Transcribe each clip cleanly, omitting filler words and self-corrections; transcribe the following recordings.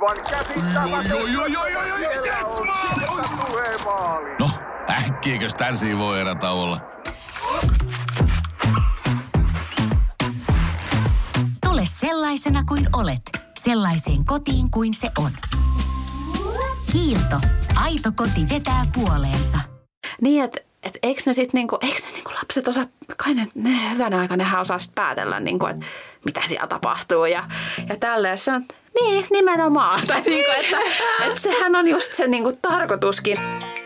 aivan käsittämätöntä. No, äkkiäkös tän voi erätä olla? Tule sellaisena kuin olet, sellaiseen kotiin kuin se on. Kiilto. Aito koti vetää puoleensa. Niin, että eikö ne sitten niinku lapset osaa, kai ne hyvänä aikana nehän osaa sit päätellä, niinku, että mitä siellä tapahtuu ja tälleen. Niin, nimenomaan. Tai niinku, että sehän on just se niinku tarkoituskin.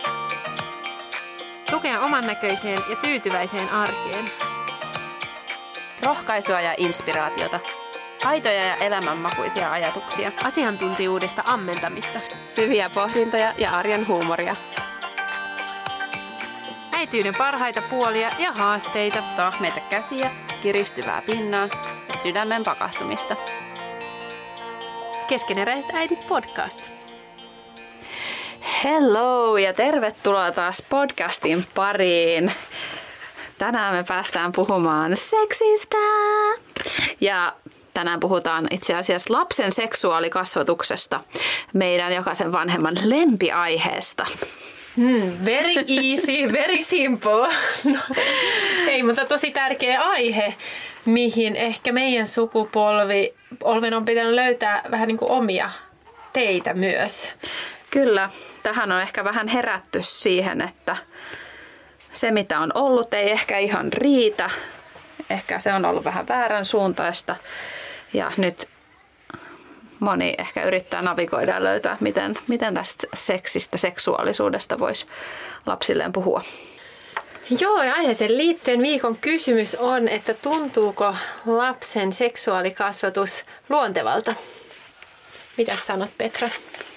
Tukea oman näköiseen ja tyytyväiseen arkeen. Rohkaisua ja inspiraatiota. Aitoja ja elämänmakuisia ajatuksia. Asiantuntijuudesta ammentamista. Syviä pohdintoja ja arjen huumoria. Äityyden parhaita puolia ja haasteita. Tahmeita käsiä, kiristyvää pinnaa ja sydämen pakahtumista. Keskeneräiset äidit podcast. Hello ja tervetuloa taas podcastin pariin. Tänään me päästään puhumaan seksistä. Ja tänään puhutaan itse asiassa lapsen seksuaalikasvatuksesta, meidän jokaisen vanhemman lempiaiheesta. Very easy, very simple. No, ei, mutta tosi tärkeä aihe, mihin ehkä meidän sukupolven on pitänyt löytää vähän niin kuin omia teitä myös. Kyllä, tähän on ehkä vähän herätty siihen, että se mitä on ollut ei ehkä ihan riitä. Ehkä se on ollut vähän väärän suuntaista ja nyt moni ehkä yrittää navigoida ja löytää, miten tästä seksistä, seksuaalisuudesta voisi lapsilleen puhua. Joo, ja aiheeseen liittyen viikon kysymys on, että tuntuuko lapsen seksuaalikasvatus luontevalta? Mitä sanot, Petra?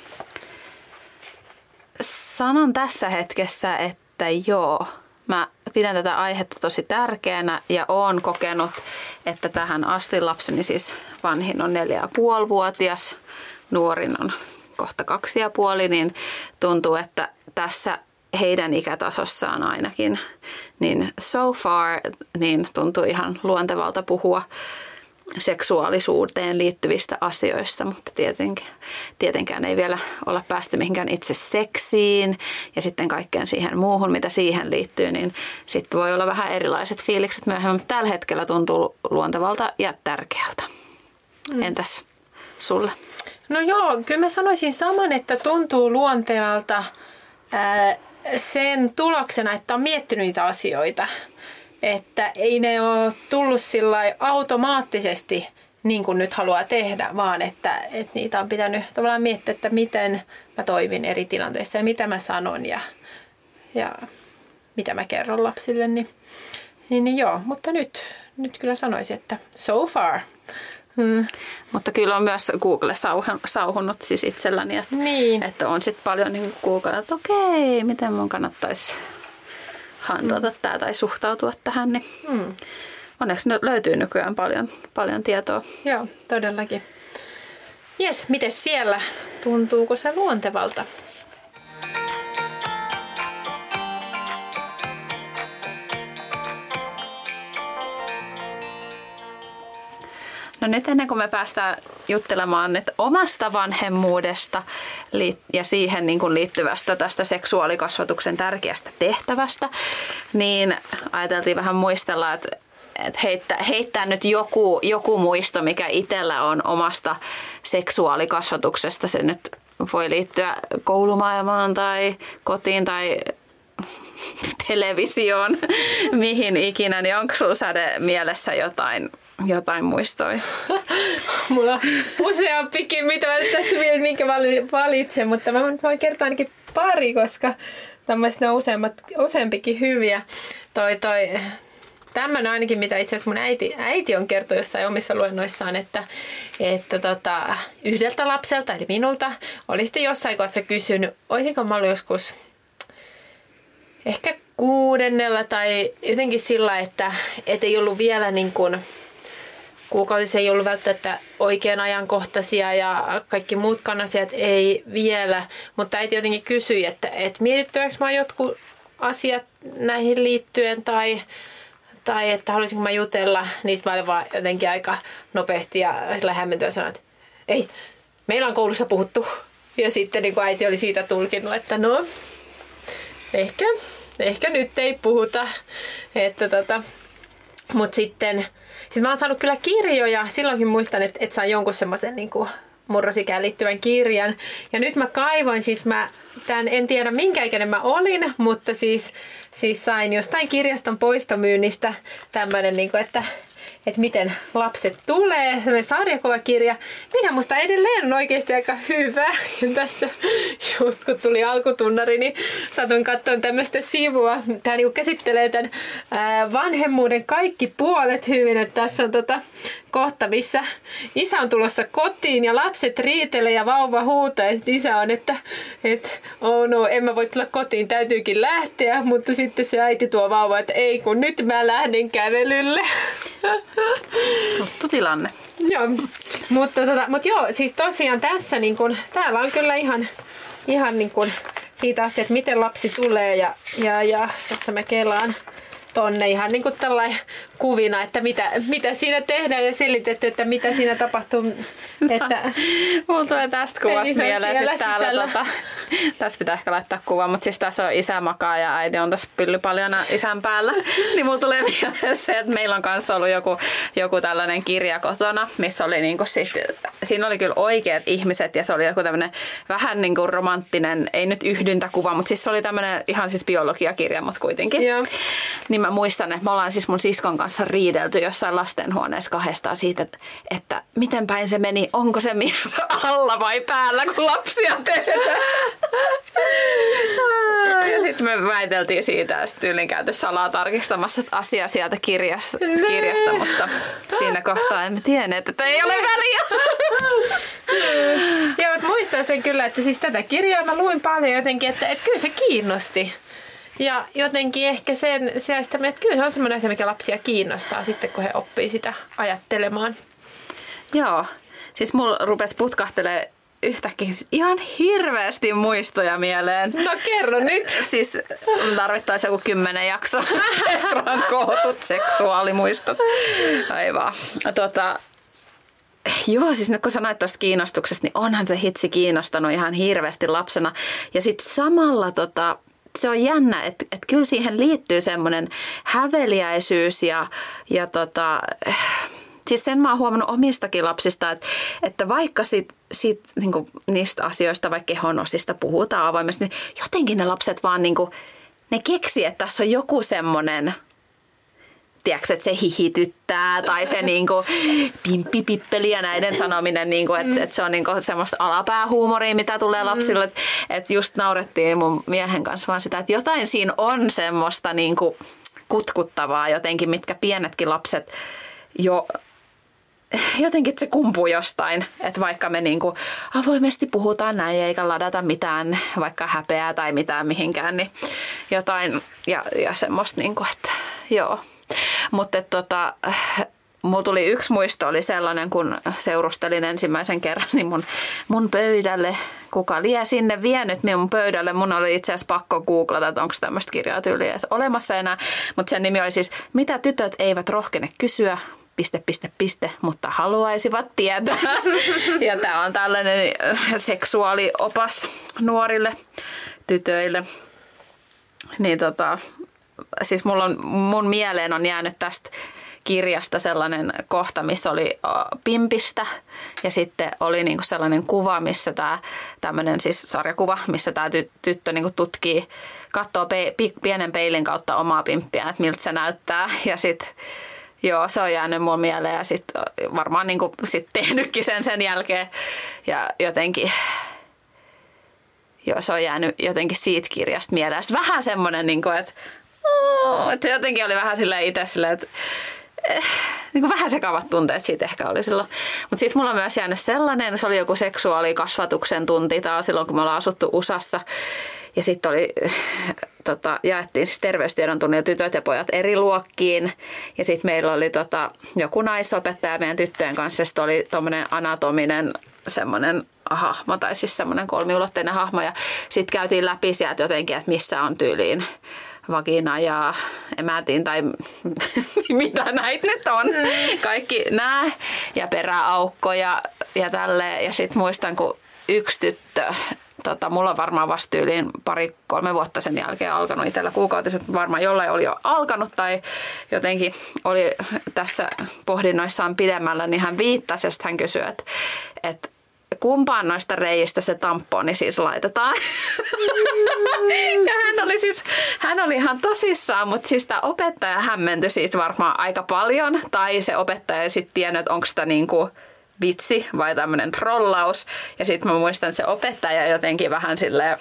Sanon tässä hetkessä, että joo. Mä pidän tätä aihetta tosi tärkeänä ja oon kokenut, että tähän asti lapseni siis vanhin on 4,5-vuotias, nuorin on kohta 2,5, niin tuntuu, että tässä heidän ikätasossaan ainakin, niin so far, niin tuntuu ihan luontevalta puhua seksuaalisuuteen liittyvistä asioista, mutta tietenkään ei vielä olla päästy mihinkään itse seksiin ja sitten kaikkeen siihen muuhun, mitä siihen liittyy, niin sitten voi olla vähän erilaiset fiilikset myöhemmin, mutta tällä hetkellä tuntuu luontevalta ja tärkeältä. Entäs sulle? No joo, kyllä mä sanoisin saman, että tuntuu luontevalta sen tuloksena, että on miettinyt niitä asioita. Että ei ne ole tullut sillä automaattisesti niin kuin nyt haluaa tehdä, vaan että niitä on pitänyt tavallaan miettiä, että miten mä toimin eri tilanteissa ja mitä mä sanon ja mitä mä kerron lapsille. Niin joo, mutta nyt kyllä sanoisin, että so far. Mutta kyllä on myös Google sauhunut siis itselläni, että on sitten paljon niin Google, että okei, miten mun kannattaisi handlata tämä tai suhtautua tähän, niin onneksi löytyy nykyään paljon tietoa. Joo, todellakin. Jes, miten siellä? Tuntuuko se luontevalta? No nyt ennen kuin me päästään juttelemaan nyt omasta vanhemmuudesta ja siihen niin kuin liittyvästä tästä seksuaalikasvatuksen tärkeästä tehtävästä, niin ajateltiin vähän muistella, että heittää nyt joku muisto, mikä itsellä on omasta seksuaalikasvatuksesta. Se nyt voi liittyä koulumaailmaan tai kotiin tai televisioon, mihin ikinä, niin onko sinulla Säde mielessä jotain muistoja? Mulla on useampikin, mitä mä nyt tässä vielä minkä valitsen, mutta mä voin kertoa ainakin pari, koska tämmöiset on useampikin hyviä. Tämmöinen ainakin, mitä itse asiassa mun äiti on kertonut jossain omissa luennoissaan, että yhdeltä lapselta, eli minulta, oli sitten jossain kohdassa kysynyt, olisinko mä ollut joskus ehkä 6. tai jotenkin sillä, että ei ollut vielä niin kuin kuukausi ei ollut välttämättä oikean ajankohtaisia ja kaikki muutkaan asiat ei vielä, mutta äiti jotenkin kysyi, että mietittyäkö mä jotkut asiat näihin liittyen tai että haluaisinko mä jutella, niistä mä olin vaan jotenkin aika nopeasti ja sillä hämmentyä sanoa, että ei, meillä on koulussa puhuttu. Ja sitten niin äiti oli siitä tulkinnut, että no, ehkä nyt ei puhuta. Mutta sitten mä oon saanut kyllä kirjoja. Silloinkin muistan, että sain jonkun semmoisen niin murrosikään liittyvän kirjan. Ja nyt mä kaivoin, en tiedä minkä ikäinen mä olin, mutta siis sain jostain kirjaston poistomyynnistä tämmöinen, niin että miten lapset tulee, tämmöinen sarjakuvakirja, mikä musta edelleen on oikeasti aika hyvä. Ja tässä just kun tuli alkutunnari, niin satuin katsomaan tämmöistä sivua. Tämä niin käsittelee tämän vanhemmuuden kaikki puolet hyvin. Että tässä on kohta, missä isä on tulossa kotiin ja lapset riitelee ja vauva huutaa. Ja isä on, että oh no, en mä voi tulla kotiin, täytyykin lähteä. Mutta sitten se äiti tuo vauva, että ei kun nyt mä lähden kävelylle. Tuttu tilanne. Joo, mutta joo, siis tosiaan tässä niin kun, täällä on kyllä ihan niin kun siitä asti, että miten lapsi tulee ja tässä mä kelaan tonne ihan niin kuin tällainen kuvina, että mitä siinä tehdään ja selitetty, että mitä siinä tapahtuu. Että mulla tulee tästä kuvasta mieleen. Siis täällä, tästä pitää ehkä laittaa kuva, mutta siis tässä on isä makaa ja äiti on tässä pyllypaljana isän päällä. Niin mulla tulee mieleen se, että meillä on kanssa ollut joku tällainen kirja kotona, missä oli niinku siinä oli kyllä oikeat ihmiset ja se oli joku tämmöinen vähän niinku romanttinen, ei nyt yhdyntäkuva, mutta siis se oli tämmöinen ihan siis biologiakirja, mutta kuitenkin. Joo. Niin mä muistan, että me ollaan siis mun siskon kanssa riidelty jossain lastenhuoneessa kahdestaan siitä, että miten päin se meni, onko se mies alla vai päällä, kun lapsia tehdään. Ja sitten me väiteltiin siitä ja sitten tyylin käyty salaa tarkistamassa asiaa sieltä kirjasta, mutta siinä kohtaa emme tienneet, että ei ole väliä. Joo, mutta muistan sen kyllä, että siis tätä kirjaa mä luin paljon jotenkin, että kyllä se kiinnosti. Ja jotenkin ehkä että kyllä se on semmoinen asia, mikä lapsia kiinnostaa sitten, kun he oppii sitä ajattelemaan. Joo, siis mulla rupesi putkahtelemaan yhtäkkiä ihan hirveästi muistoja mieleen. No kerro nyt. Siis tarvittaisi joku 10 jaksoa. Petran kootut seksuaalimuistot. Aivan. Joo, siis nyt kun sanoit tuosta kiinnostuksesta, niin onhan se hitsi kiinnostanut ihan hirveästi lapsena. Ja sitten samalla se on jännä, että kyllä siihen liittyy semmoinen häveliäisyys ja siis sen mä oon huomannut omistakin lapsista, että vaikka niin niistä asioista, vaikka kehonosista puhutaan avoimesti, niin jotenkin ne lapset vaan niin kuin, ne keksii, että tässä on joku semmoinen, tiedätkö, että se hihityttää tai se niinku pimppipippeli ja näiden sanominen, niinku, että se on niinku semmoista alapäähuumoria, mitä tulee lapsille. Että just naurettiin mun miehen kanssa vaan sitä, että jotain siinä on semmoista niinku kutkuttavaa jotenkin, mitkä pienetkin lapset jo jotenkin se kumpuu jostain, että vaikka me niinku avoimesti puhutaan näin eikä ladata mitään, vaikka häpeää tai mitään mihinkään, niin jotain ja semmoista niinku, että joo. Mutta mulla tuli yksi muisto, oli sellainen, kun seurustelin ensimmäisen kerran, niin mun pöydälle, kuka lie sinne vienyt mun pöydälle, mun oli itse asiassa pakko googlata, että onko tämmöistä kirjaa tyyliä edes olemassa enää, mutta sen nimi oli siis Mitä tytöt eivät rohkene kysyä, ... mutta haluaisivat tietää. Ja tää on tällainen seksuaaliopas nuorille tytöille. Niin siis mun mieleen on jäänyt tästä kirjasta sellainen kohta, missä oli pimpistä ja sitten oli niinku sellainen kuva, missä tämmöinen siis sarjakuva, missä tämä tyttö niinku tutkii, katsoo pienen peilin kautta omaa pimppiä, että miltä se näyttää ja sitten joo, se on jäänyt mun mieleen ja sitten varmaan niinku sit tehnytkin sen jälkeen ja jotenkin joo, se on jäänyt jotenkin siitä kirjasta mieleen. Sitten vähän semmoinen, niinku, että se jotenkin oli vähän silleen itse silleen, että niin kuin vähän sekavat tunteet siitä ehkä oli silloin. Mutta sitten mulla on myös jäänyt sellainen, se oli joku seksuaalikasvatuksen tunti taas silloin, kun me ollaan asuttu USAssa. Ja sitten jaettiin siis terveystiedon tunnilla tytöt ja pojat eri luokkiin. Ja sitten meillä oli joku naisopettaja meidän tyttöjen kanssa. Sitten oli tommoinen anatominen semmoinen hahmo tai siis semmoinen kolmiulotteinen hahmo. Ja sitten käytiin läpi sieltä jotenkin, että missä on tyyliin vagina ja emätin tai mitä näitä nyt on. Kaikki nämä ja peräaukko ja tälleen. Ja sitten muistan, kun yksi tyttö, mulla on varmaan vasta tyyliin 2-3 vuotta sen jälkeen alkanut itsellä kuukautiset. Varmaan jollain oli jo alkanut tai jotenkin oli tässä pohdinnoissaan pidemmällä, niin hän viittasi ja hän kysyi, että kumpaan noista reiistä se tamponi siis laitetaan. Ja hän oli ihan tosissaan, mutta siis tämä opettaja hämmentyi siitä varmaan aika paljon. Tai se opettaja ei sitten tiennyt, että onko sitä niinku vitsi vai tämmöinen trollaus. Ja sitten mä muistan, että se opettaja jotenkin vähän silleen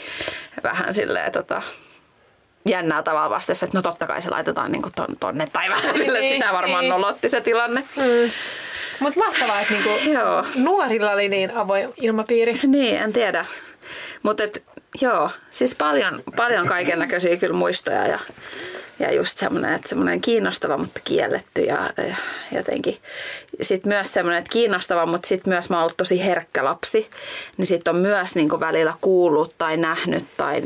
jännää tavalla vastasi, että no totta kai se laitetaan niinku tonne tai vähän silleen, että sitä varmaan nolotti se tilanne. Mutta mahtavaa, että niinku nuorilla oli niin avoin ilmapiiri. Niin, en tiedä. Mutta siis paljon kaiken näköisiä kyllä muistoja ja just semmoinen kiinnostava, mutta kielletty ja jotenkin sitten myös semmoinen, että kiinnostava, mutta sitten myös mä oon ollut tosi herkkä lapsi, niin sitten on myös niinku välillä kuullut tai nähnyt tai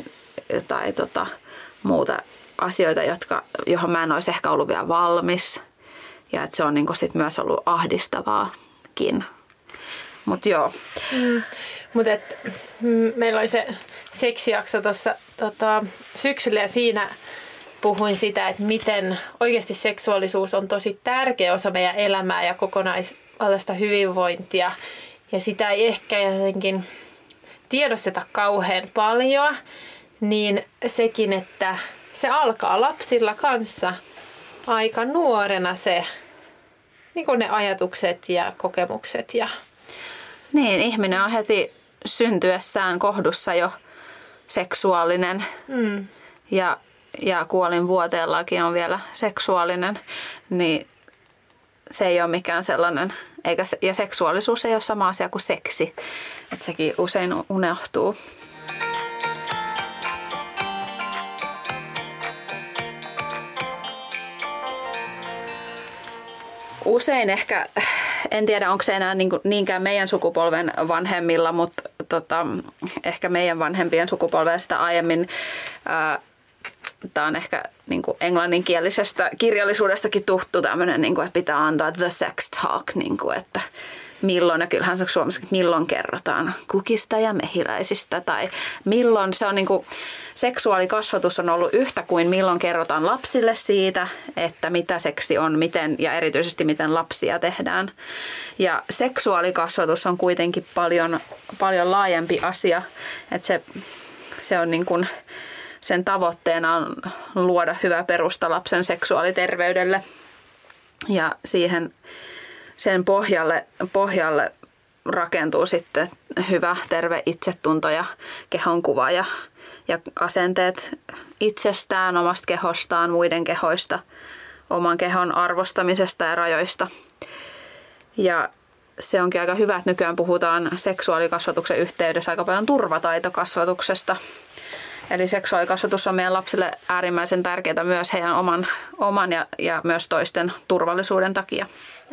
muuta asioita, johon mä en olisi ehkä ollut vielä valmis. Ja että se on niinku sit myös ollut ahdistavaakin. Mutta joo. Mutta meillä oli se seksijakso tuossa syksyllä ja siinä puhuin sitä, että miten oikeasti seksuaalisuus on tosi tärkeä osa meidän elämää ja kokonaisvaltaista hyvinvointia. Ja sitä ei ehkä jotenkin tiedosteta kauhean paljon, niin sekin, että se alkaa lapsilla kanssa aika nuorena se, niin kuin ne ajatukset ja kokemukset. Niin, ihminen on heti syntyessään kohdussa jo seksuaalinen ja kuolinvuoteellakin on vielä seksuaalinen, niin se ei ole mikään sellainen, ja seksuaalisuus ei ole sama asia kuin seksi, että sekin usein unohtuu. Usein ehkä, en tiedä onko se enää niinkään meidän sukupolven vanhemmilla, mutta ehkä meidän vanhempien sukupolvea sitä aiemmin. Tämä on ehkä niinku englanninkielisestä kirjallisuudestakin tuttu tämmöinen, niinku, että pitää antaa the sex talk, niinku, että milloin, ja kyllähän se suomeksi, milloin kerrotaan kukista ja mehiläisistä, tai milloin se on niinku, seksuaalikasvatus on ollut yhtä kuin milloin kerrotaan lapsille siitä, että mitä seksi on, miten ja erityisesti miten lapsia tehdään. Ja seksuaalikasvatus on kuitenkin paljon laajempi asia, että se on niin kuin, sen tavoitteena on luoda hyvä perusta lapsen seksuaaliterveydelle ja sen pohjalle rakentuu sitten hyvä terve itsetunto ja kehonkuva ja asenteet itsestään, omasta kehostaan, muiden kehoista, oman kehon arvostamisesta ja rajoista. Ja se onkin aika hyvä, että nykyään puhutaan seksuaalikasvatuksen yhteydessä aika paljon turvataitokasvatuksesta. Eli seksuaalikasvatus on meidän lapsille äärimmäisen tärkeää myös heidän oman ja myös toisten turvallisuuden takia.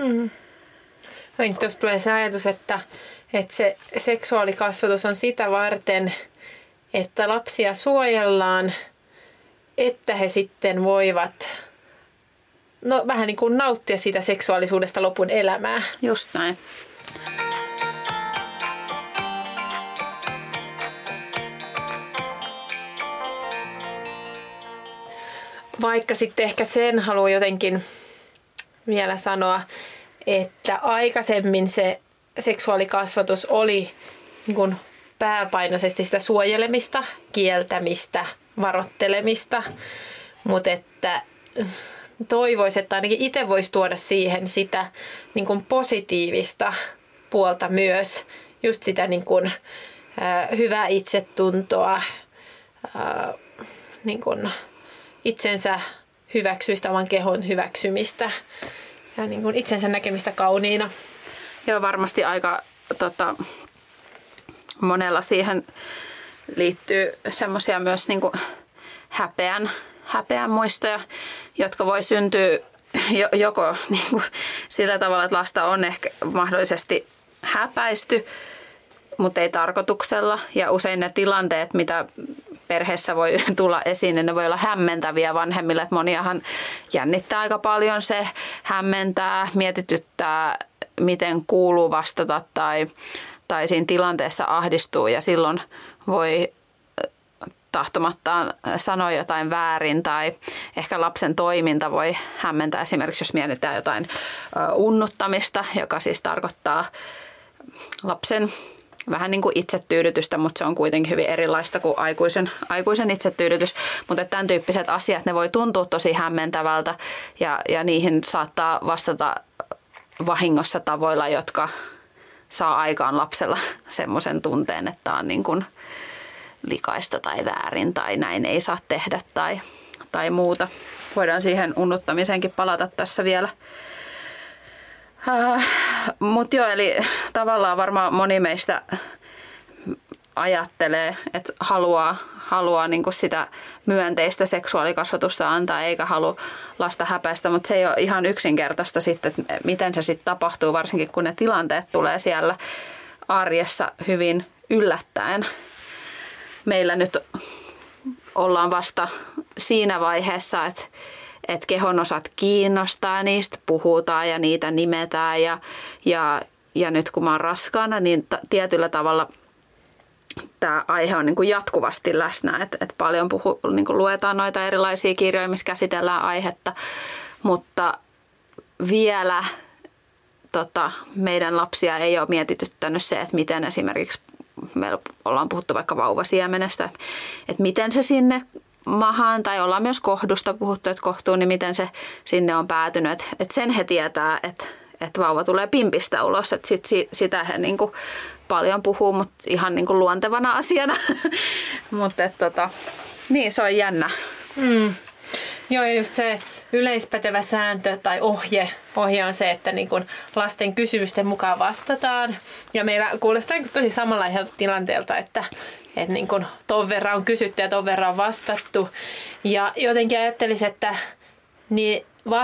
Tuosta tulee se ajatus, että se seksuaalikasvatus on sitä varten, että lapsia suojellaan, että he sitten voivat vähän niin kuin nauttia siitä seksuaalisuudesta lopun elämää. Just näin. Vaikka sitten ehkä sen haluaa jotenkin vielä sanoa, että aikaisemmin se seksuaalikasvatus oli niin kuin pääpainoisesti sitä suojelemista, kieltämistä, varoittelemista, mutta että toivoisi, että ainakin itse voisi tuoda siihen sitä niin kuin positiivista puolta myös, just sitä niin kuin, hyvää itsetuntoa, niin kuin itsensä hyväksymistä, oman kehon hyväksymistä ja niin kuin itsensä näkemistä kauniina. Joo, varmasti aika monella siihen liittyy semmoisia myös niin kuin häpeän muistoja, jotka voi syntyä joko niin kuin sillä tavalla, että lasta on ehkä mahdollisesti häpäisty, mutta ei tarkoituksella. Ja usein ne tilanteet, mitä perheessä voi tulla esiin, niin ne voi olla hämmentäviä vanhemmille. Että moniahan jännittää aika paljon se, hämmentää, mietityttää, miten kuuluu vastata tai siinä tilanteessa ahdistuu ja silloin voi tahtomattaan sanoa jotain väärin tai ehkä lapsen toiminta voi hämmentää. Esimerkiksi jos mietitään jotain unnuttamista, joka siis tarkoittaa lapsen vähän niin kuin itsetyydytystä, mutta se on kuitenkin hyvin erilaista kuin aikuisen itsetyydytys. Mutta tämän tyyppiset asiat, ne voi tuntua tosi hämmentävältä ja niihin saattaa vastata vahingossa tavoilla, jotka saa aikaan lapsella semmoisen tunteen, että on niin kuin likaista tai väärin tai näin ei saa tehdä tai muuta. Voidaan siihen unnuttamiseenkin palata tässä vielä. Mutta joo, eli tavallaan varmaan moni meistä ajattelee, että haluaa niinku sitä myönteistä seksuaalikasvatusta antaa eikä halua lasta häpäistä, mutta se ei ole ihan yksinkertaista sitten, että miten se sitten tapahtuu, varsinkin kun ne tilanteet tulee siellä arjessa hyvin yllättäen. Meillä nyt ollaan vasta siinä vaiheessa, että kehonosat kiinnostaa, niistä puhutaan ja niitä nimetään ja nyt kun mä oon raskaana, niin tietyllä tavalla tämä aihe on niin kuin jatkuvasti läsnä, että paljon niin kuin luetaan noita erilaisia kirjoja, missä käsitellään aihetta, mutta vielä meidän lapsia ei ole mietityttänyt se, että miten esimerkiksi me ollaan puhuttu vaikka vauvasiemenestä, että miten se sinne mahaan, tai ollaan myös kohdusta puhuttu, että kohtuun, niin miten se sinne on päätynyt. Että sen he tietää, että vauva tulee pimpistä ulos, että sitä he niin kuin paljon puhuu, mutta ihan niin kuin luontevana asiana. Mutta niin se on jännä. Joo, ja just se yleispätevä sääntö tai ohje on se, että niin kun lasten kysymysten mukaan vastataan. Ja meillä kuulostaa tosi samanlaiselta tilanteelta, että niin kun ton verran on kysytty ja ton verran on vastattu. Ja jotenkin ajattelisin, että niin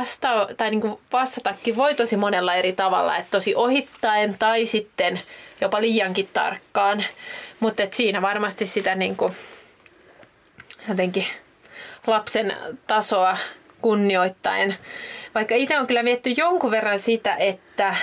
vastatakin voi tosi monella eri tavalla, että tosi ohittaen tai sitten jopa liiankin tarkkaan. Mutta siinä varmasti sitä niin kun jotenkin lapsen tasoa kunnioittaen. Vaikka itse on kyllä miettinyt jonkun verran sitä, että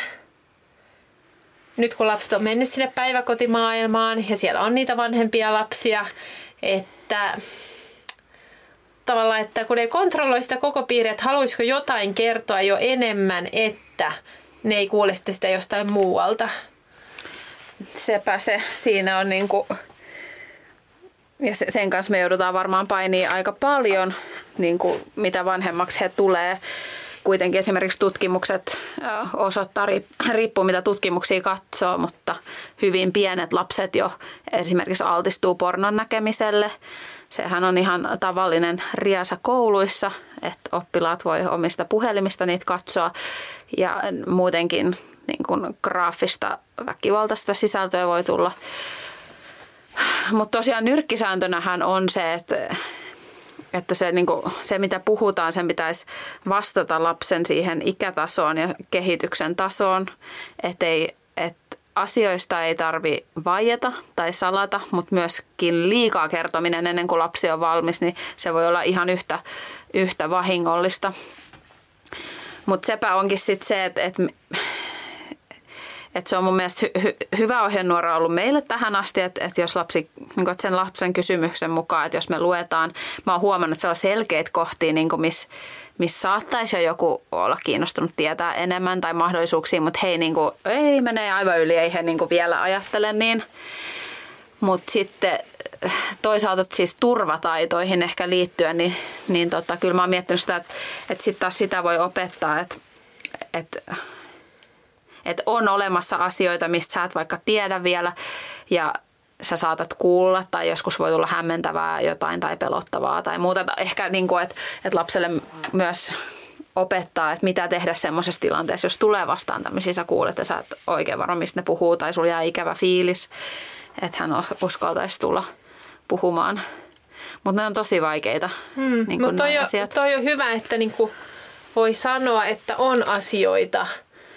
nyt kun lapset on mennyt sinne päiväkotimaailmaan ja siellä on niitä vanhempia lapsia, että tavallaan, että kun ei kontrolloi sitä koko piiriä, että haluaisiko jotain kertoa jo enemmän, että ne ei kuule sitä jostain muualta. Sepä se. Siinä on niinku, ja sen kanssa me joudutaan varmaan painia aika paljon, niin kuin mitä vanhemmaksi he tulee. Kuitenkin esimerkiksi tutkimukset osoittaa, riippuu mitä tutkimuksia katsoo, mutta hyvin pienet lapset jo esimerkiksi altistuu pornon näkemiselle. Sehän on ihan tavallinen riasa kouluissa, että oppilaat voi omista puhelimista niitä katsoa ja muutenkin niin kuin graafista väkivaltaista sisältöä voi tulla. Mutta tosiaan nyrkkisääntönähän on se, että se, niin kuin, se mitä puhutaan, sen pitäisi vastata lapsen siihen ikätasoon ja kehityksen tasoon. Että asioista ei tarvitse vaieta tai salata, mutta myöskin liikaa kertominen ennen kuin lapsi on valmis, niin se voi olla ihan yhtä vahingollista. Mutta sepä onkin sitten se, että se on mun mielestä hyvä ohjenuora ollut meille tähän asti, että jos lapsi, niin kuin sen lapsen kysymyksen mukaan, että jos me luetaan, mä oon huomannut, että siellä on selkeitä kohtia, niin missä saattaisi jo joku olla kiinnostunut tietää enemmän tai mahdollisuuksia, mutta hei, niin kuin, ei menee aivan yli, ei he niin kuin vielä ajattele niin. Mutta sitten toisaalta siis turvataitoihin ehkä liittyen, niin kyllä mä oon miettinyt sitä, että sitten taas sitä voi opettaa, että on olemassa asioita, mistä sä et vaikka tiedä vielä ja sä saatat kuulla tai joskus voi tulla hämmentävää jotain tai pelottavaa tai muuta. Ehkä niin kuin, että lapselle myös opettaa, että mitä tehdä semmoisessa tilanteessa, jos tulee vastaan tämmöisiä, sä kuulet ja sä et oikein varma, mistä ne puhuu tai sulla jää ikävä fiilis, että hän uskaltaisi tulla puhumaan. Mutta ne on tosi vaikeita. Niin mutta toi on hyvä, että niin kuin voi sanoa, että on asioita,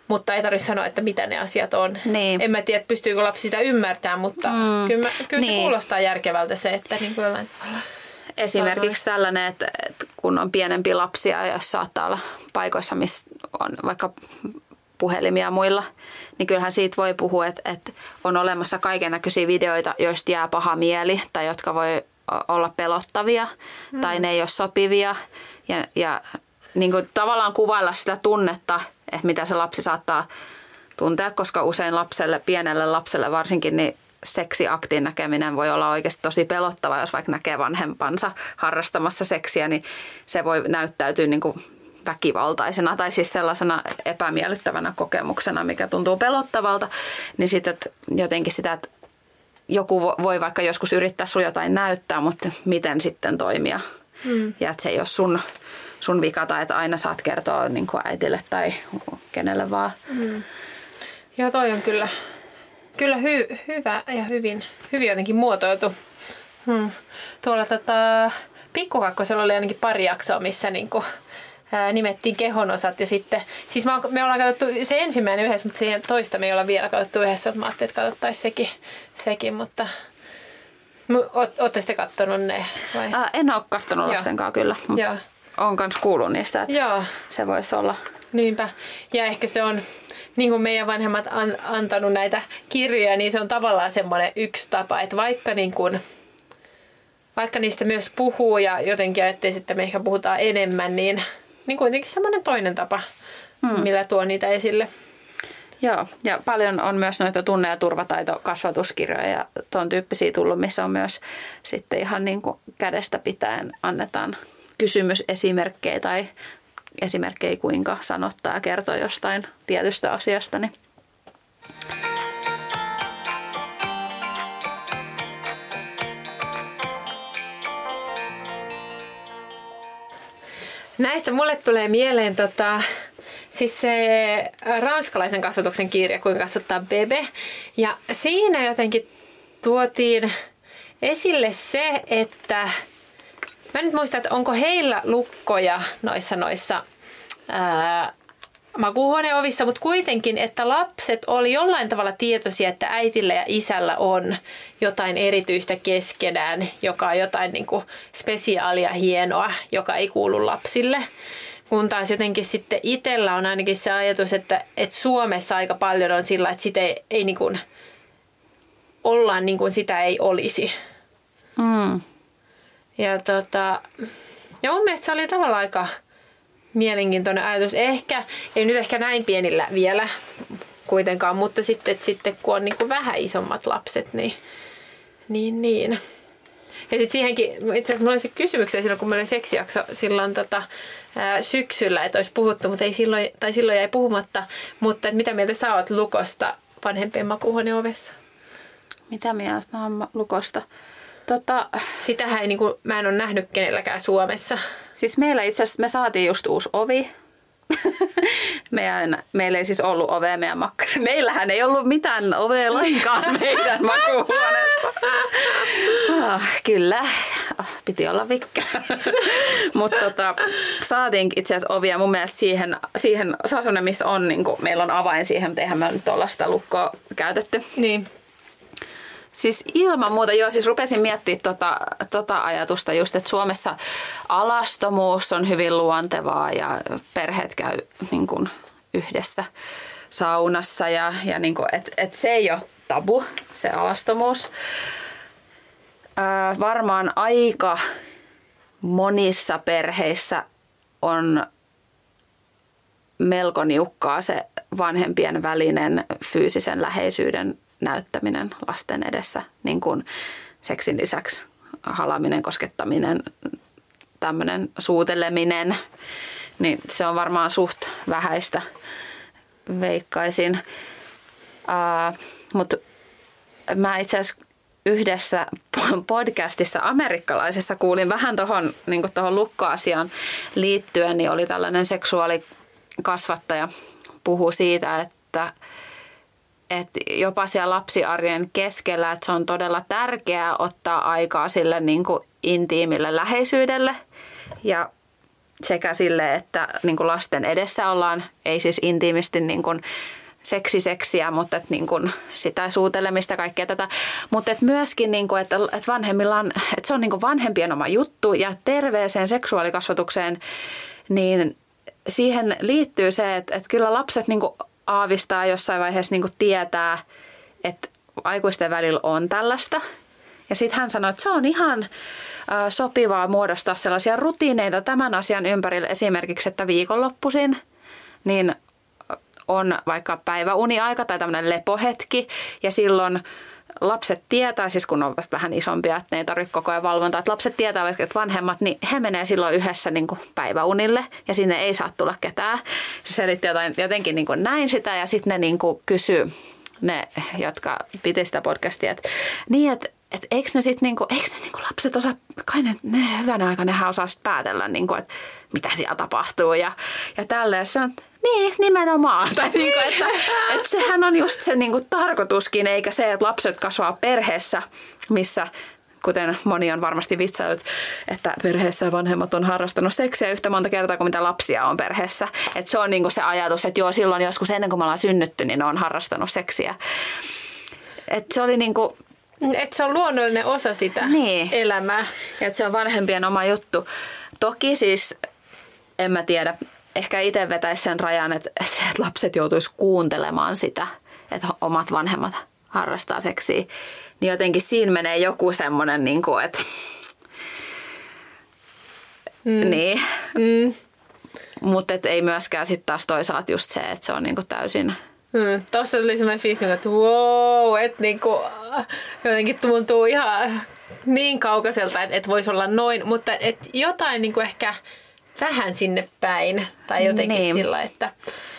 mutta ei tarvitse sanoa, että mitä ne asiat on. Niin. En mä tiedä, pystyykö lapsi sitä ymmärtämään, mutta kyllä se kuulostaa järkevältä se, että niin kuin jollain tavalla. Esimerkiksi tällainen, että kun on pienempi lapsia ja jos saattaa olla paikoissa, missä on vaikka puhelimia muilla, niin kyllähän siitä voi puhua, että on olemassa kaikennäköisiä videoita, joista jää paha mieli tai jotka voi olla pelottavia tai ne ei ole sopivia ja niin kuin tavallaan kuvailla sitä tunnetta, että mitä se lapsi saattaa tuntea, koska usein pienelle lapselle varsinkin, niin seksiaktin näkeminen voi olla oikeasti tosi pelottava, jos vaikka näkee vanhempansa harrastamassa seksiä, niin se voi näyttäytyä niin kuin väkivaltaisena tai siis sellaisena epämiellyttävänä kokemuksena, mikä tuntuu pelottavalta, niin sitten jotenkin sitä, että joku voi vaikka joskus yrittää sun jotain näyttää, mutta miten sitten toimia. Ja että se ei ole sun vika tai että aina saat kertoa niin kuin äitille tai kenelle vaan. Joo, toi on kyllä hyvä ja hyvin jotenkin muotoiltu. Tuolla Pikkukakkosella oli ainakin pari jaksoa, missä niinku, nimettiin kehonosat ja sitten, siis me ollaan katsottu se ensimmäinen yhdessä, mutta siihen toista me ei olla vielä katsottu yhdessä, mä ajattelin, että katsottaisiin sekin, mutta ootte sitten katsonut ne vai? En ole katsonut lastenkaan kyllä, mutta olen myös kuullut niistä, että se voisi olla. Niinpä, ja ehkä se on, niin kuin meidän vanhemmat antanut näitä kirjoja, niin se on tavallaan semmoinen yksi tapa, että vaikka niistä myös puhuu ja jotenkin ajattelisi, että me ehkä puhutaan enemmän, niin kuitenkin semmoinen toinen tapa, millä tuo niitä esille. Joo, ja paljon on myös noita tunne- ja turvataitokasvatuskirjoja ja tuon tyyppisiä tullut, missä on myös sitten ihan niin kuin kädestä pitäen annetaan kysymysesimerkkejä tai esimerkkejä kuinka sanottaa ja kertoa jostain tietystä asiasta. Niin. Näistä mulle tulee mieleen siis se ranskalaisen kasvatuksen kirja, kuinka kasvattaa bebe. Ja siinä jotenkin tuotiin esille se, että mä nyt muistan, että onko heillä lukkoja noissa makuuhuoneovissa, mutta kuitenkin, että lapset oli jollain tavalla tietoisia, että äitillä ja isällä on jotain erityistä keskenään, joka on jotain niin kuin spesiaalia, hienoa, joka ei kuulu lapsille. Kun taas jotenkin sitten itsellä on ainakin se ajatus, että Suomessa aika paljon on sillä, että sitä ei niin kuin ollaan niin kuin sitä ei olisi. Ja mun mielestä se oli tavallaan aika mielenkiintoinen ajatus. Ei nyt ehkä näin pienillä vielä kuitenkaan, mutta sitten kun on niin kuin vähän isommat lapset, niin. Ja sitten siihenkin, itse asiassa mulla oli se kysymyksiä silloin, kun meillä oli seksijakso silloin syksyllä, että olisi puhuttu, mutta silloin jäi puhumatta. Mutta mitä mieltä sä oot Lukosta vanhempien makuuhuoneovessa? Mitä mieltä mä oon Lukosta? Sitähän ei, mä en ole nähnyt kenelläkään Suomessa. Siis meillä itse asiassa, me saatiin just uusi ovi. Meillä ei siis ollut ovea meidän makkarissa. Meillähän ei ollut mitään ovea lainkaan meidän makuuhuoneessa. Kyllä, piti olla vikkä. Mutta saatiin itse asiassa ovia. Mun mielestä siihen saasuminen, missä on, niin meillä on avain siihen, mutta eihän me nyt olla sitä lukkoa käytetty. Niin. Siis ilman muuta, siis rupesin miettimään tota ajatusta just, että Suomessa alastomuus on hyvin luontevaa ja perheet käy niin kuin yhdessä saunassa ja niin kuin, että se ei ole tabu, se alastomuus. Varmaan aika monissa perheissä on melko niukkaa se vanhempien välinen fyysisen läheisyyden näyttäminen lasten edessä, niin kuin seksin lisäksi halaaminen, koskettaminen, tämmöinen suuteleminen, niin se on varmaan suht vähäistä, veikkaisin. Mutta mä itse asiassa yhdessä podcastissa amerikkalaisessa kuulin vähän tuohon niin lukkoasiaan liittyen, niin oli tällainen seksuaalikasvattaja puhui siitä, että jopa siellä lapsiarjen keskellä, että se on todella tärkeää ottaa aikaa sille niin kuin intiimille läheisyydelle. Ja sekä sille, että niin kuin lasten edessä ollaan, ei siis intiimisti niin kuin seksiä, mutta että niin kuin sitä suutelemista, kaikkea tätä. Mutta että myöskin, niin kuin, että vanhemmilla on, että se on niin kuin vanhempien oma juttu ja terveeseen seksuaalikasvatukseen, niin siihen liittyy se, että kyllä lapset niin kuin aavistaa jossain vaiheessa, niin kuin tietää, että aikuisten välillä on tällaista. Ja sitten hän sanoi, että se on ihan sopivaa muodostaa sellaisia rutiineita tämän asian ympärillä. Esimerkiksi, että viikonloppuisin niin on vaikka päiväuniaika tai tämmöinen lepohetki. Ja silloin lapset tietää, siis kun ovat vähän isompia, että ne ei tarvitse koko ajan valvontaa. Että lapset tietää, että vanhemmat, niin he menee silloin yhdessä niin kuin päiväunille ja sinne ei saa tulla ketään. Se selitti jotenkin niin kuin näin sitä ja sitten ne niin kuin kysyy, ne, jotka piti sitä podcastia, että niin, että eikö ne sitten niinku, lapset osaa, kai ne hyvänä aikana nehän osaa sitten päätellä, niinku, että mitä siellä tapahtuu ja tälleen. Niin, nimenomaan. Tai niinku, että sehän on just se niinku tarkoituskin, eikä se, että lapset kasvaa perheessä, missä, kuten moni on varmasti vitsaillut, että perheessä vanhemmat on harrastanut seksiä yhtä monta kertaa kuin mitä lapsia on perheessä. Että se on niinku se ajatus, että joo, silloin joskus ennen kuin me ollaan synnytty, niin ne on harrastanut seksiä. Että se oli niinku... Että se on luonnollinen osa sitä elämää. Ja että se on vanhempien oma juttu. Toki siis, en mä tiedä, ehkä itse vetäisi sen rajan, että lapset joutuisi kuuntelemaan sitä, että omat vanhemmat harrastaa seksiä. Niin jotenkin siinä menee joku semmoinen, niin kuin, että... Niin. Mutta ei myöskään sitten taas toisaalta just se, että se on niin kuin täysin... Tuosta tuli semmoinen fiilis, että wow, että niinku, jotenkin tuntuu ihan niin kaukaiselta, että voisi olla noin, mutta et jotain niinku ehkä vähän sinne päin tai jotenkin sillä, että...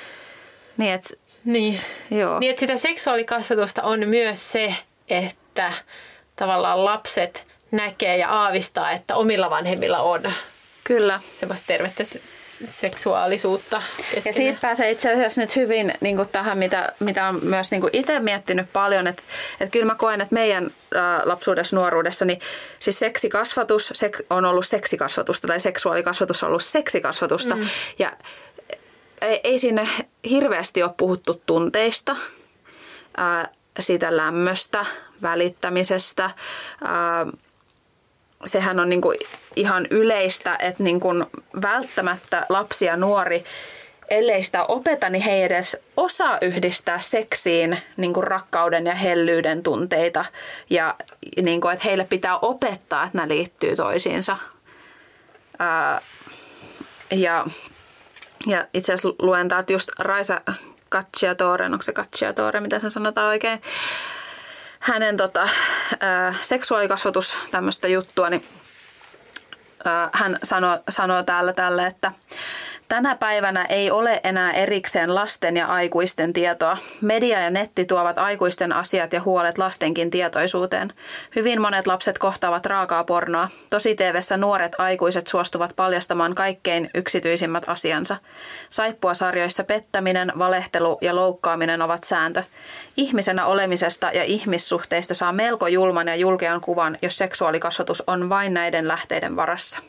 Niin, että sitä seksuaalikasvatusta on myös se, että tavallaan lapset näkee ja aavistaa, että omilla vanhemmilla on semmoista tervettä seksuaalisuutta keskenään. Ja siitä pääsee itse asiassa nyt hyvin niin kuin tähän, mitä on myös niin kuin itse miettinyt paljon, että kyllä mä koen, että meidän lapsuudessa, nuoruudessa, niin siis seksikasvatus on ollut seksikasvatusta tai seksuaalikasvatus on ollut seksikasvatusta. Ja ei sinne hirveästi ole puhuttu tunteista, siitä lämmöstä, välittämisestä. Sehän on niinku ihan yleistä, että niinku välttämättä lapsi ja nuori, ellei sitä opeta, niin he ei edes osaa yhdistää seksiin niinku rakkauden ja hellyyden tunteita. Ja niinku, että heille pitää opettaa, että nämä liittyy toisiinsa. Ja itse asiassa luen täältä just Raisa Cacciatoren, onko se Cacciatore, mitä se sanotaan oikein? Hänen seksuaalikasvatus tämmöistä juttua, niin hän sanoo täällä tälle, että tänä päivänä ei ole enää erikseen lasten ja aikuisten tietoa. Media ja netti tuovat aikuisten asiat ja huolet lastenkin tietoisuuteen. Hyvin monet lapset kohtaavat raakaa pornoa. Tosi-TV:ssä nuoret aikuiset suostuvat paljastamaan kaikkein yksityisimmät asiansa. Saippuasarjoissa pettäminen, valehtelu ja loukkaaminen ovat sääntö. Ihmisenä olemisesta ja ihmissuhteista saa melko julman ja julkean kuvan, jos seksuaalikasvatus on vain näiden lähteiden varassa.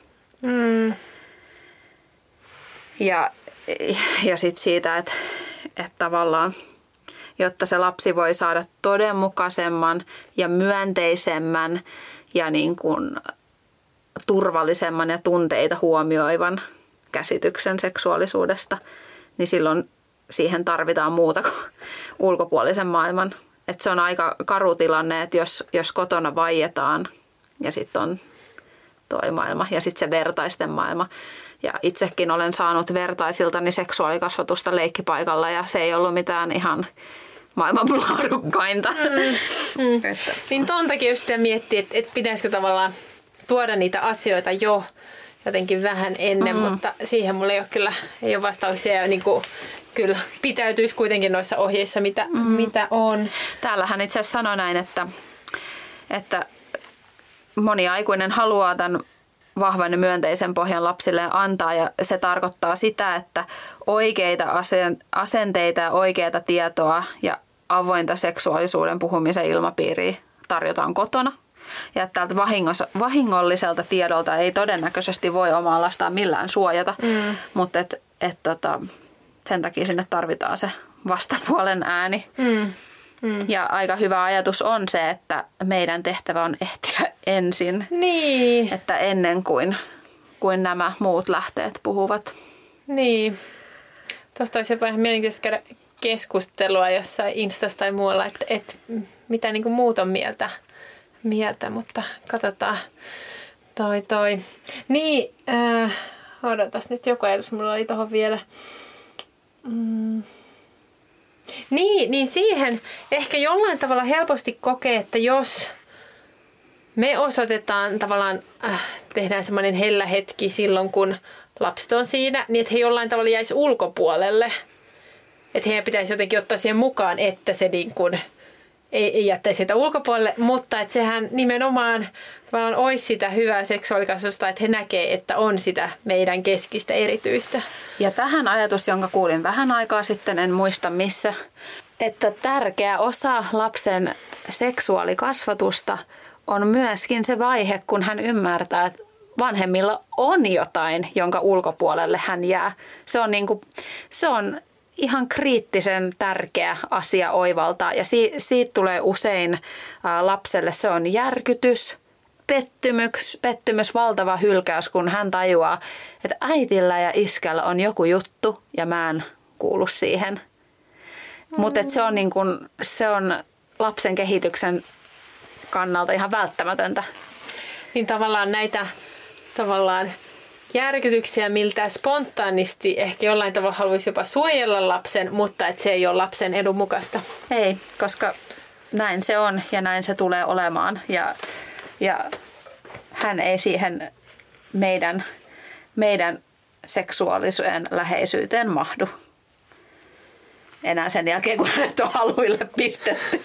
Ja sitten siitä, että tavallaan, jotta se lapsi voi saada todenmukaisemman ja myönteisemmän ja niin kuin turvallisemman ja tunteita huomioivan käsityksen seksuaalisuudesta, niin silloin siihen tarvitaan muuta kuin ulkopuolisen maailman. Että se on aika karu tilanne, että jos kotona vaietaan ja sitten on toi maailma ja sitten se vertaisten maailma. Ja itsekin olen saanut vertaisiltani seksuaalikasvatusta leikkipaikalla ja se ei ollut mitään ihan maailman laadukkainta. Niin ton takia jos sitä miettii, että pitäisikö tavallaan tuoda niitä asioita jo jotenkin vähän ennen, mutta siihen mulla ei ole vastauksia ja niin kuin, kyllä pitäytyisi kuitenkin noissa ohjeissa, mitä on. Täällähän itse asiassa sanoi näin, että moni aikuinen haluaa tämän vahvan ja myönteisen pohjan lapsille antaa ja se tarkoittaa sitä, että oikeita asenteita ja oikeata tietoa ja avointa seksuaalisuuden puhumisen ilmapiiriä tarjotaan kotona. Ja että tältä vahingolliselta tiedolta ei todennäköisesti voi omaa lastaan millään suojata, mutta sen takia sinne tarvitaan se vastapuolen ääni. Ja aika hyvä ajatus on se, että meidän tehtävä on ehtiä ensin, että ennen kuin nämä muut lähteet puhuvat. Niin. Tuosta olisi jopa ihan mielenkiintoista käydä keskustelua jossain Instassa tai muualla, että mitä niin kuin muut on mieltä, mutta katsotaan toi. Niin, odotas nyt joku ajatus, mulla oli tuohon vielä. Niin siihen ehkä jollain tavalla helposti kokee, että jos me osoitetaan tavallaan, tehdään semmoinen hellä hetki silloin, kun lapset on siinä, niin että he jollain tavalla jäisi ulkopuolelle. Että heidän pitäisi jotenkin ottaa siihen mukaan, että se niin kuin ei jättäisi sitä ulkopuolelle, mutta että sehän nimenomaan tavallaan olisi sitä hyvää seksuaalikasvatusta, että he näkee, että on sitä meidän keskistä erityistä. Ja tähän ajatus, jonka kuulin vähän aikaa sitten, en muista missä, että tärkeä osa lapsen seksuaalikasvatusta on myöskin se vaihe, kun hän ymmärtää, että vanhemmilla on jotain, jonka ulkopuolelle hän jää. Se on ihan kriittisen tärkeä asia oivaltaa ja siitä tulee usein lapselle, se on järkytys, pettymys, valtava hylkäys, kun hän tajuaa, että äitillä ja iskällä on joku juttu ja mä en kuulu siihen. Mutta se on lapsen kehityksen kannalta ihan välttämätöntä. Niin tavallaan näitä järkytyksiä, miltä spontaanisti ehkä jollain tavalla haluaisi jopa suojella lapsen, mutta että se ei ole lapsen edun mukaista. Ei, koska näin se on ja näin se tulee olemaan ja hän ei siihen meidän seksuaalisuuden läheisyyteen mahdu. Enää sen jälkeen, kun hänet on haluille pistetty.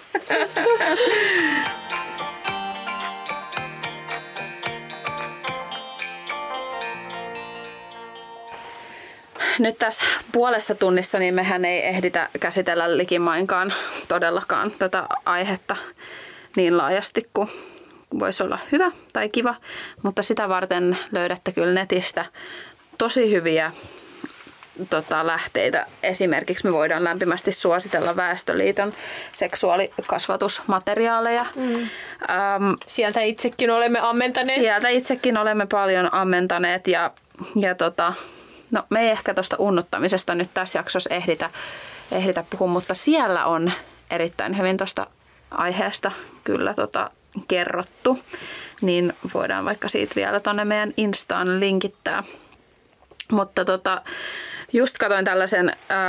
Nyt tässä puolessa tunnissa niin mehän ei ehditä käsitellä likimainkaan todellakaan tätä aihetta niin laajasti kuin voisi olla hyvä tai kiva, mutta sitä varten löydätte kyllä netistä tosi hyviä lähteitä. Esimerkiksi me voidaan lämpimästi suositella Väestöliiton seksuaalikasvatusmateriaaleja. Sieltä itsekin olemme ammentaneet. Sieltä itsekin olemme paljon ammentaneet ja me ei ehkä tuosta unnuttamisesta nyt tässä jaksossa ehditä puhua, mutta siellä on erittäin hyvin tuosta aiheesta kyllä kerrottu. Niin voidaan vaikka siitä vielä tuonne meidän Instaan linkittää. Mutta just katsoin tällaisen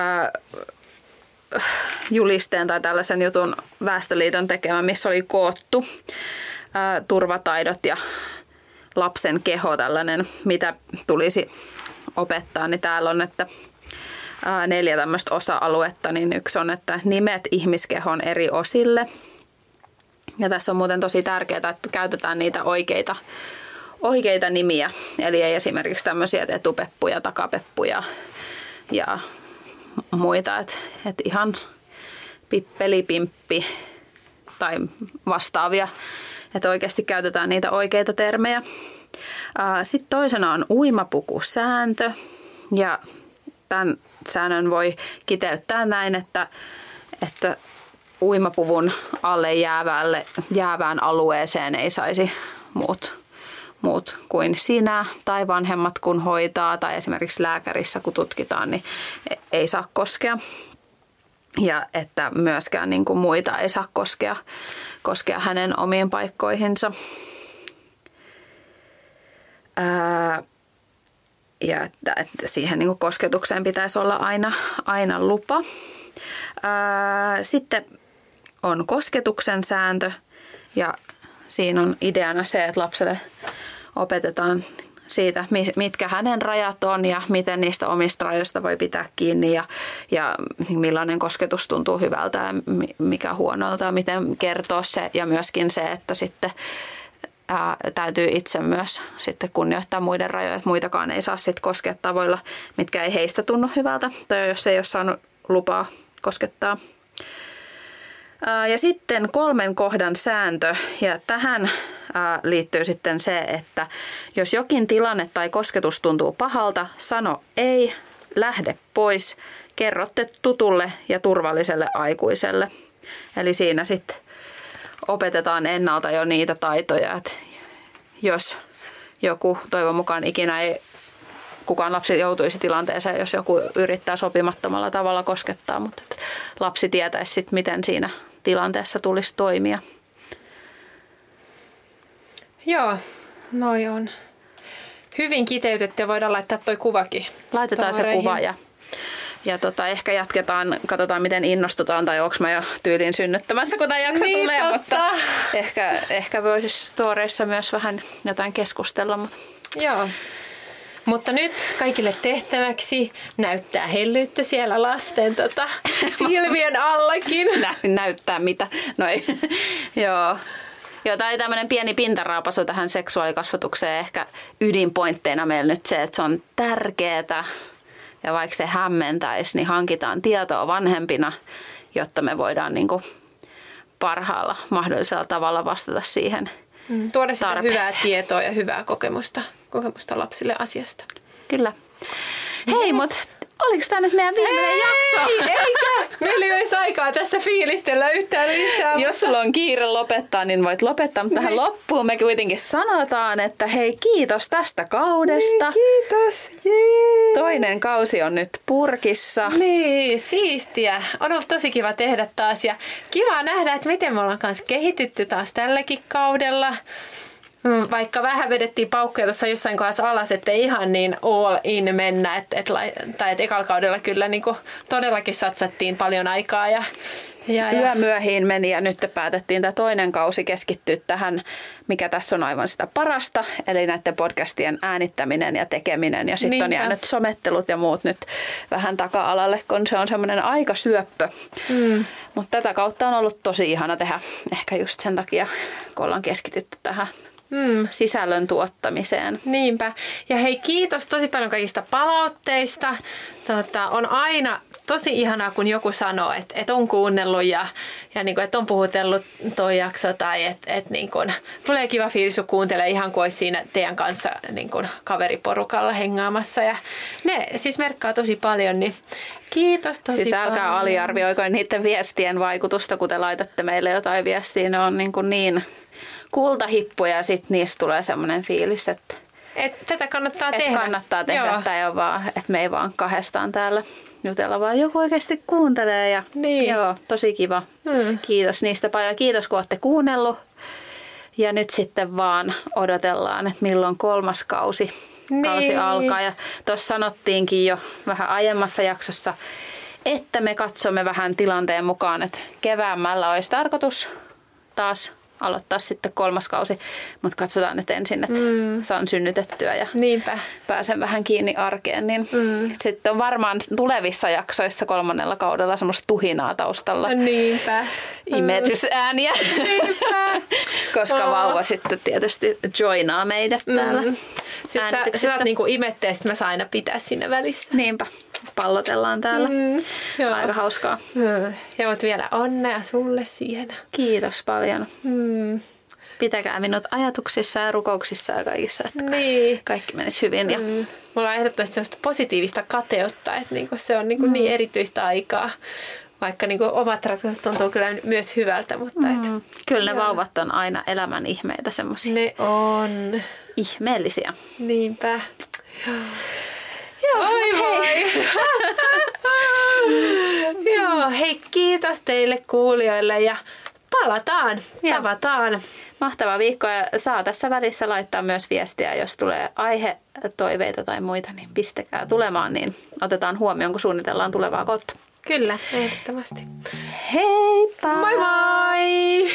julisteen tai tällaisen jutun Väestöliiton tekemä, missä oli koottu turvataidot ja lapsen keho, tällainen, mitä tulisi opettaa, niin täällä on, että 4 tämmöistä osa-aluetta, niin yksi on, että nimet ihmiskehon eri osille. Ja tässä on muuten tosi tärkeää, että käytetään niitä oikeita nimiä. Eli ei esimerkiksi tämmöisiä etupeppuja, takapeppuja ja muita, että ihan pippelipimppi tai vastaavia, että oikeasti käytetään niitä oikeita termejä. Sitten toisena on uimapukusääntö ja tämän säännön voi kiteyttää näin, että uimapuvun alle jäävään alueeseen ei saisi muut kuin sinä tai vanhemmat kun hoitaa tai esimerkiksi lääkärissä kun tutkitaan, niin ei saa koskea. Ja että myöskään niin kuin muita ei saa koskea hänen omiin paikkoihinsa. Ja että siihen niin kuin kosketukseen pitäisi olla aina lupa. Sitten on kosketuksen sääntö ja siinä on ideana se, että lapselle opetetaan siitä, mitkä hänen rajat on ja miten niistä omista rajoista voi pitää kiinni ja millainen kosketus tuntuu hyvältä ja mikä huonolta ja miten kertoa se ja myöskin se, että sitten täytyy itse myös sitten kunnioittaa muiden rajoja, että muitakaan ei saa sitten koskea tavoilla, mitkä ei heistä tunnu hyvältä tai jos ei ole saanut lupaa koskettaa. Ja sitten 3 kohdan sääntö, ja tähän liittyy sitten se, että jos jokin tilanne tai kosketus tuntuu pahalta, sano ei, lähde pois, kerrotte tutulle ja turvalliselle aikuiselle. Eli siinä sitten opetetaan ennalta jo niitä taitoja, että jos joku, toivon mukaan ikinä ei kukaan lapsi joutuisi tilanteeseen, jos joku yrittää sopimattomalla tavalla koskettaa, mutta lapsi tietäisi sitten, miten siinä tilanteessa tulisi toimia. Joo, noi on hyvin kiteytetty ja voidaan laittaa toi kuvakin. Laitetaan se kuva ja ehkä jatketaan, katsotaan miten innostutaan tai onko mä jo tyylin synnyttämässä, kun tämä jakso niin, tulee, totta. Mutta ehkä voisi storeissa myös vähän jotain keskustella. Mutta. Joo. Mutta nyt kaikille tehtäväksi näyttää hellyyttä siellä lasten silmien allakin. Näyttää mitä? No ei. Joo. Joo, tämä oli tämmöinen pieni pintaraapasu tähän seksuaalikasvatukseen. Ehkä ydinpointteina meillä nyt se, että se on tärkeää. Ja vaikka se hämmentäisi, niin hankitaan tietoa vanhempina, jotta me voidaan niin kuin parhaalla mahdollisella tavalla vastata siihen tuoda sitä tarpeeseen. hyvää tietoa ja hyvää kokemusta lapsille asiasta. Kyllä. Hei, mutta oliko tämä nyt meidän viimeinen jakso? Eikä! Meillä ei olisi aikaa tässä fiilistellä yhtään lisää. Jos sulla on kiire lopettaa, niin voit lopettaa. Mutta tähän loppuun me kuitenkin sanotaan, että hei, kiitos tästä kaudesta. Kiitos. Toinen kausi on nyt purkissa. Niin, siistiä. On ollut tosi kiva tehdä taas ja kiva nähdä, että miten me ollaan kanssa kehitytty taas tälläkin kaudella. Vaikka vähän vedettiin paukkuja tuossa jossain kohdassa alas, ettei ihan niin all in mennä. Tai ekalla kaudella kyllä niin kuin todellakin satsattiin paljon aikaa. Ja yömyöhiin meni ja nyt päätettiin tämä toinen kausi keskittyä tähän, mikä tässä on aivan sitä parasta. Eli näiden podcastien äänittäminen ja tekeminen. Ja sitten on jäänyt somettelut ja muut nyt vähän taka-alalle, kun se on semmoinen aikasyöppö. Mutta tätä kautta on ollut tosi ihana tehdä. Ehkä just sen takia, kun ollaan keskitytty tähän sisällön tuottamiseen. Niinpä. Ja hei, kiitos tosi paljon kaikista palautteista. On aina tosi ihanaa, kun joku sanoo, että on kuunnellut ja niin kuin, että on puhutellut toi jakso tai että niin kuin, tulee kiva fiilis, kun kuuntelee ihan kuin olisi siinä teidän kanssa niin kuin kaveriporukalla hengaamassa. Ja ne siis merkkaa tosi paljon, niin kiitos tosi siis paljon. Älkää aliarvioiko niiden viestien vaikutusta, kun te laitatte meille jotain viestiä. Ne on niin kultahippuja ja sitten niistä tulee semmoinen fiilis, että tätä kannattaa tehdä. Kannattaa tehdä. Joo. Tämä ei ole vaan, että me ei vaan kahdestaan täällä jutella, vaan joku oikeasti kuuntelee. Ja joo, tosi kiva. Kiitos niistä paljon. Kiitos, kun olette kuunnellut. Ja nyt sitten vaan odotellaan, että milloin 3. kausi alkaa. Ja tuossa sanottiinkin jo vähän aiemmassa jaksossa, että me katsomme vähän tilanteen mukaan, että keväämällä olisi tarkoitus taas aloittaa sitten 3. kausi, mutta katsotaan nyt ensin, että saan synnytettyä ja pääsen vähän kiinni arkeen. Niin sitten on varmaan tulevissa jaksoissa 3. kaudella semmoista tuhinaa taustalla. Niinpä. Imetysääniä. Niinpä. Koska vauva sitten tietysti joinaa meidät täällä. Sitten sä niinku imetteä, sitten mä saan aina pitää siinä välissä. Niinpä. Pallotellaan täällä. Aika hauskaa. Ja oot vielä onnea sulle siihen. Kiitos paljon. Pitäkää minut ajatuksissa ja rukouksissa ja kaikissa, että kaikki menisi hyvin. Ja mulla on ehdottomasti sellaista positiivista kateutta, että niinku se on niinku niin erityistä aikaa. Vaikka niinku omat ratkaisut tuntuu kyllä myös hyvältä. Mutta kyllä ne vauvat on aina elämän ihmeitä semmoisia. Ne on. Ihmeellisiä. Niinpä. Joo, voi. Joo, hei, kiitos teille kuulijoille ja palataan, tavataan. Mahtava viikko ja saa tässä välissä laittaa myös viestiä, jos tulee aihetoiveita tai muita, niin pistäkää tulemaan, niin otetaan huomioon, kun suunnitellaan tulevaa kautta. Kyllä, ehdottomasti. Heippa! Moi moi!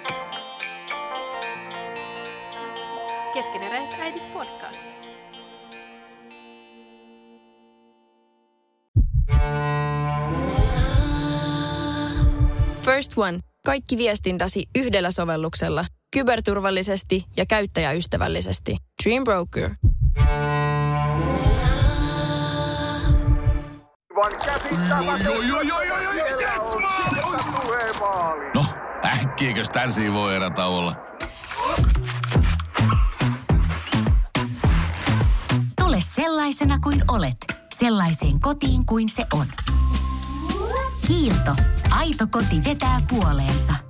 Keskeneräiset äidit podcast. First One. Kaikki viestintäsi yhdellä sovelluksella. Kyberturvallisesti ja käyttäjäystävällisesti. Dream Broker. No, äkkiäkös tän voi erätä olla? Tule sellaisena kuin olet, sellaiseen kotiin kuin se on. Kiilto. Aito koti vetää puoleensa.